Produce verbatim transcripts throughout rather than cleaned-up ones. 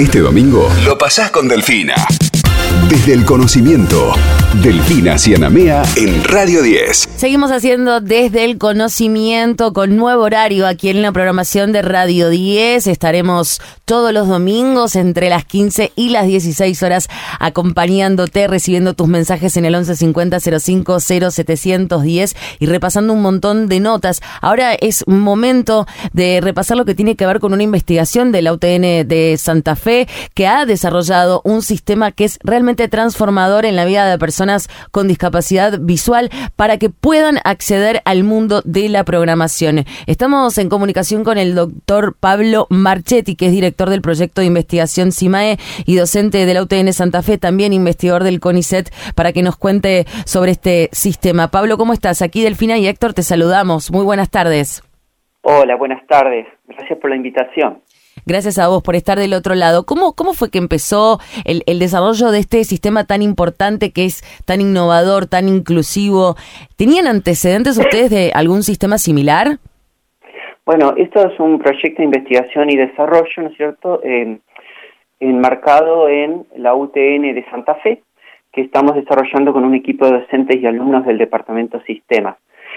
Este domingo lo pasás con Delfina. Desde el conocimiento, Delfina Cianamea en Radio diez. Seguimos haciendo Desde el Conocimiento con nuevo horario aquí en la programación de Radio diez. Estaremos todos los domingos entre las quince y las dieciséis horas acompañándote, recibiendo tus mensajes en el once cincuenta cero cinco cero setecientos diez y repasando un montón de notas. Ahora es momento de repasar lo que tiene que ver con una investigación de la U T N de Santa Fe que ha desarrollado un sistema que es realmente transformador en la vida de personas con discapacidad visual para que puedan acceder al mundo de la programación. Estamos en comunicación con el doctor Pablo Marchetti, que es director del proyecto de investigación SIMAE y docente de la U T N Santa Fe, también investigador del CONICET, para que nos cuente sobre este sistema. Pablo, ¿cómo estás? Aquí Delfina y Héctor te saludamos. Muy buenas tardes. Hola, buenas tardes. Gracias por la invitación. Gracias a vos por estar del otro lado. ¿Cómo, cómo fue que empezó el, el desarrollo de este sistema tan importante, que es tan innovador, tan inclusivo? ¿Tenían antecedentes ustedes de algún sistema similar? Bueno, esto es un proyecto de investigación y desarrollo, ¿no es cierto?, eh, enmarcado en la U T N de Santa Fe, que estamos desarrollando con un equipo de docentes y alumnos del Departamento Sistemas.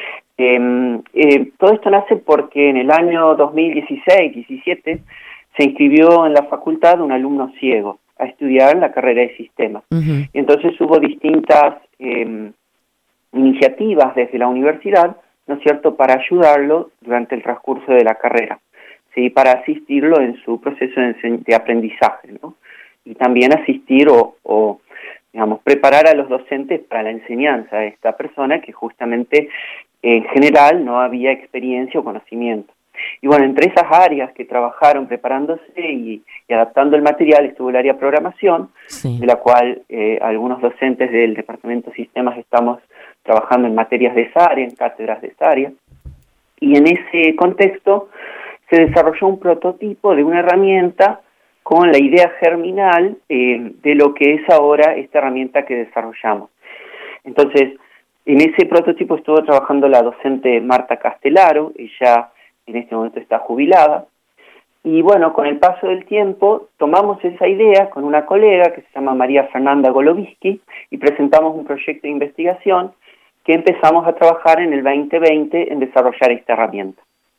Eh, eh, todo esto nace porque en el año dos mil dieciséis diecisiete se inscribió en la facultad un alumno ciego a estudiar la carrera de sistemas. Uh-huh. Y entonces hubo distintas eh, iniciativas desde la universidad, ¿no es cierto?, para ayudarlo durante el transcurso de la carrera, ¿sí?, para asistirlo en su proceso de, de aprendizaje, ¿no? Y también asistir o, o, digamos, preparar a los docentes para la enseñanza de esta persona que justamente en general no había experiencia o conocimiento. Y bueno, entre esas áreas que trabajaron preparándose y, y adaptando el material estuvo el área programación, sí, de la cual eh, algunos docentes del Departamento de Sistemas estamos trabajando en materias de esa área, en cátedras de esa área. Y en ese contexto se desarrolló un prototipo de una herramienta con la idea germinal eh, de lo que es ahora esta herramienta que desarrollamos. Entonces, en ese prototipo estuvo trabajando la docente Marta Castelaro, ella en este momento está jubilada, y bueno, con el paso del tiempo tomamos esa idea con una colega que se llama María Fernanda Goloviski y presentamos un proyecto de investigación que empezamos a trabajar en el veinte veinte en desarrollar esta herramienta.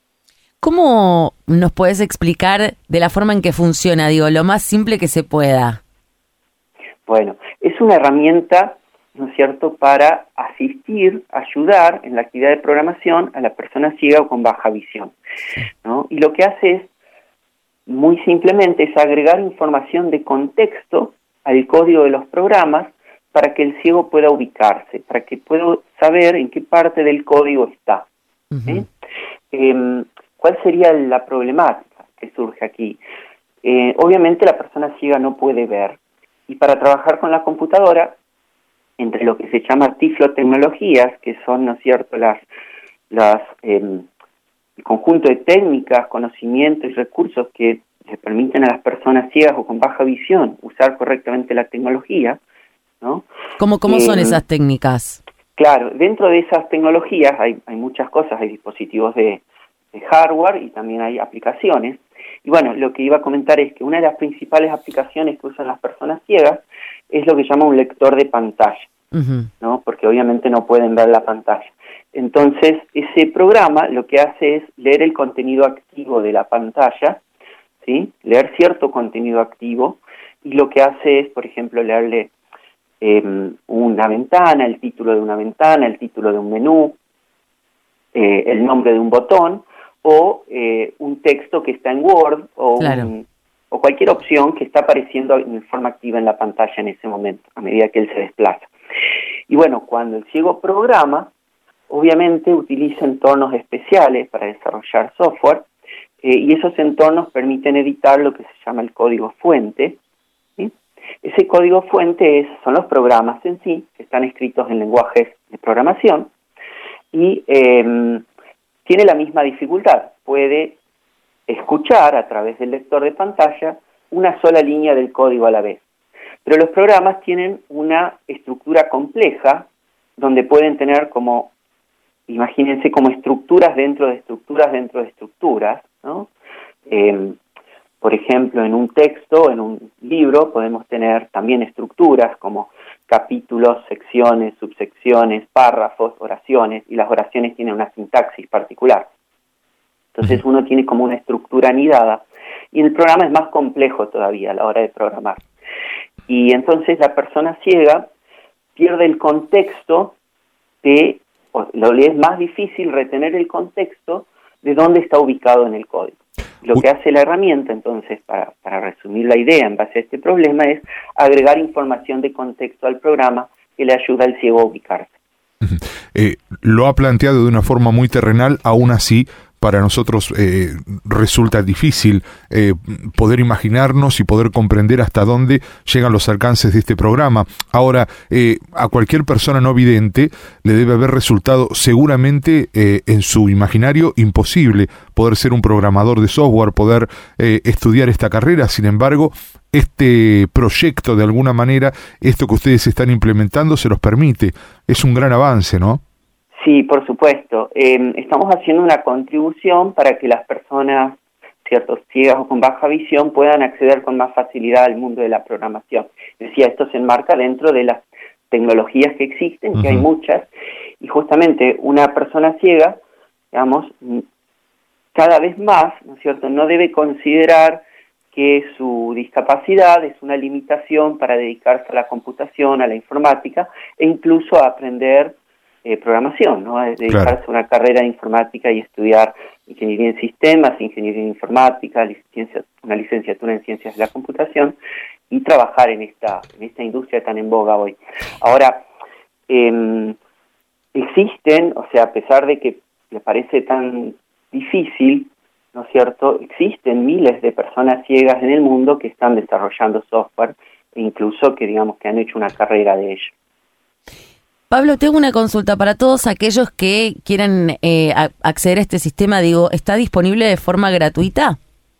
¿Cómo nos puedes explicar de la forma en que funciona, digo, lo más simple que se pueda? Bueno, es una herramienta, ¿no es cierto?, para asistir, ayudar en la actividad de programación a la persona ciega o con baja visión, ¿no? Y lo que hace es, muy simplemente, es agregar información de contexto al código de los programas para que el ciego pueda ubicarse, para que pueda saber en qué parte del código está. ¿Sí? Uh-huh. Eh, ¿Cuál sería la problemática que surge aquí? Eh, obviamente la persona ciega no puede ver, y para trabajar con la computadora, entre lo que se llama tiflotecnologías, que son, ¿no es cierto?, las, las eh, el conjunto de técnicas, conocimientos y recursos que le permiten a las personas ciegas o con baja visión usar correctamente la tecnología, ¿no? ¿Cómo, cómo eh, son esas técnicas? Claro, dentro de esas tecnologías hay, hay muchas cosas, hay dispositivos de, de hardware y también hay aplicaciones. Y bueno, lo que iba a comentar es que una de las principales aplicaciones que usan las personas ciegas es lo que se llama un lector de pantalla, uh-huh, ¿no? Porque obviamente no pueden ver la pantalla. Entonces, ese programa lo que hace es leer el contenido activo de la pantalla, ¿sí?, leer cierto contenido activo, y lo que hace es, por ejemplo, leerle eh, una ventana, el título de una ventana, el título de un menú, eh, el nombre de un botón, o eh, un texto que está en Word, o, claro, un, o cualquier opción que está apareciendo en forma activa en la pantalla en ese momento, a medida que él se desplaza. Y bueno, cuando el ciego programa, obviamente utiliza entornos especiales para desarrollar software, eh, y esos entornos permiten editar lo que se llama el código fuente, ¿sí? Ese código fuente es, son los programas en sí, que están escritos en lenguajes de programación, y eh, tiene la misma dificultad. Puede escuchar a través del lector de pantalla una sola línea del código a la vez. Pero los programas tienen una estructura compleja donde pueden tener como, imagínense, como estructuras dentro de estructuras dentro de estructuras, ¿no? Eh, por ejemplo, en un texto, en un libro, podemos tener también estructuras como capítulos, secciones, subsecciones, párrafos, oraciones, y las oraciones tienen una sintaxis particular. Entonces uno tiene como una estructura anidada, y el programa es más complejo todavía a la hora de programar. Y entonces la persona ciega pierde el contexto de, o lo le es más difícil retener el contexto de dónde está ubicado en el código. Lo que hace la herramienta, entonces, para, para resumir la idea en base a este problema, es agregar información de contexto al programa que le ayuda al ciego a ubicarse. Eh, lo ha planteado de una forma muy terrenal, aún así para nosotros eh, resulta difícil eh, poder imaginarnos y poder comprender hasta dónde llegan los alcances de este programa. Ahora, eh, a cualquier persona no vidente le debe haber resultado seguramente eh, en su imaginario imposible poder ser un programador de software, poder eh, estudiar esta carrera. Sin embargo, este proyecto, de alguna manera, esto que ustedes están implementando, se los permite. Es un gran avance, ¿no? Sí, por supuesto. Eh, estamos haciendo una contribución para que las personas, ciertos ciegas o con baja visión, puedan acceder con más facilidad al mundo de la programación. Decía, esto se enmarca dentro de las tecnologías que existen, uh-huh. que hay muchas, y justamente una persona ciega, digamos, cada vez más, ¿no es cierto?, no debe considerar que su discapacidad es una limitación para dedicarse a la computación, a la informática, e incluso a aprender Eh, programación, ¿no? Es dedicarse claro. a una carrera de informática y estudiar ingeniería en sistemas, ingeniería en informática, licencia, una licenciatura en ciencias de la computación y trabajar en esta en esta industria tan en boga hoy. Ahora, eh, existen, o sea, a pesar de que le parece tan difícil, ¿no es cierto?, existen miles de personas ciegas en el mundo que están desarrollando software e incluso que digamos que han hecho una carrera de ello. Pablo, tengo una consulta para todos aquellos que quieran eh, a, acceder a este sistema. Digo, ¿está disponible de forma gratuita?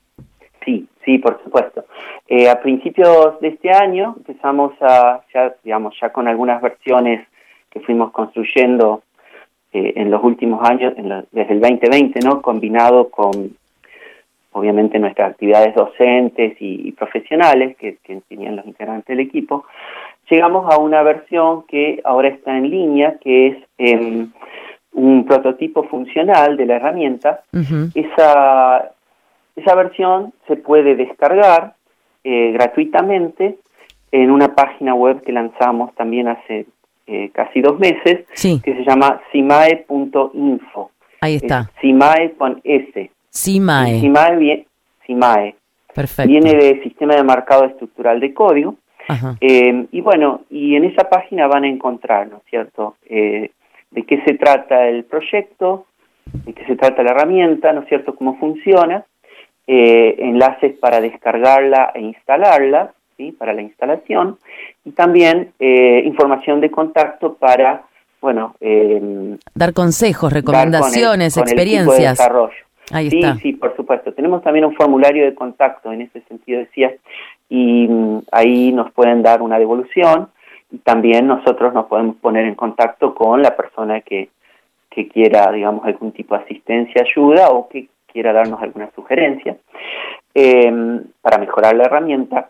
Sí, sí, por supuesto. Eh, a principios de este año empezamos a, ya, digamos, ya con algunas versiones que fuimos construyendo eh, en los últimos años, en lo, desde el veinte veinte, ¿no? Combinado con, obviamente, nuestras actividades docentes y, y profesionales que, que tenían los integrantes del equipo. Llegamos a una versión que ahora está en línea, que es eh, un prototipo funcional de la herramienta. Uh-huh. Esa, esa versión se puede descargar eh, gratuitamente en una página web que lanzamos también hace eh, casi dos meses, sí. que se llama simae punto info. Ahí está. Es Simae con S. Simae. Simae, bien, Simae. Perfecto. Viene del sistema de marcado estructural de código. Eh, y bueno, y en esa página van a encontrar, ¿no es cierto?, eh, de qué se trata el proyecto, de qué se trata la herramienta, ¿no es cierto?, cómo funciona, eh, enlaces para descargarla e instalarla, ¿sí?, para la instalación, y también eh, información de contacto para, bueno... Eh, dar consejos, recomendaciones, dar con el, con experiencias. El equipo de desarrollo. Ahí sí, está. Sí, por supuesto. Tenemos también un formulario de contacto en ese sentido, decías, y um, ahí nos pueden dar una devolución y también nosotros nos podemos poner en contacto con la persona que, que quiera, digamos, algún tipo de asistencia, ayuda o que quiera darnos alguna sugerencia eh, para mejorar la herramienta.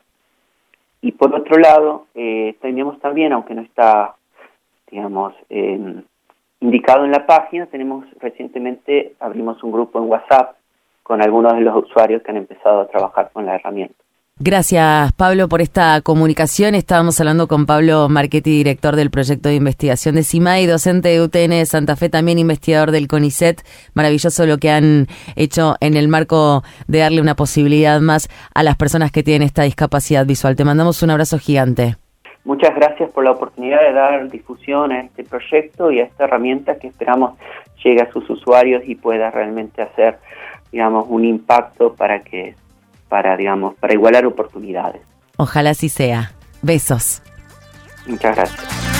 Y por otro lado, eh, tenemos también, aunque no está, digamos, eh, indicado en la página, tenemos recientemente, abrimos un grupo en WhatsApp con algunos de los usuarios que han empezado a trabajar con la herramienta. Gracias, Pablo, por esta comunicación. Estábamos hablando con Pablo Marchetti, director del proyecto de investigación de Simae, docente de U T N de Santa Fe, también investigador del CONICET. Maravilloso lo que han hecho en el marco de darle una posibilidad más a las personas que tienen esta discapacidad visual. Te mandamos un abrazo gigante. Muchas gracias por la oportunidad de dar difusión a este proyecto y a esta herramienta que esperamos llegue a sus usuarios y pueda realmente hacer, digamos, un impacto para que para, digamos, para igualar oportunidades. Ojalá así sea. Besos. Muchas gracias.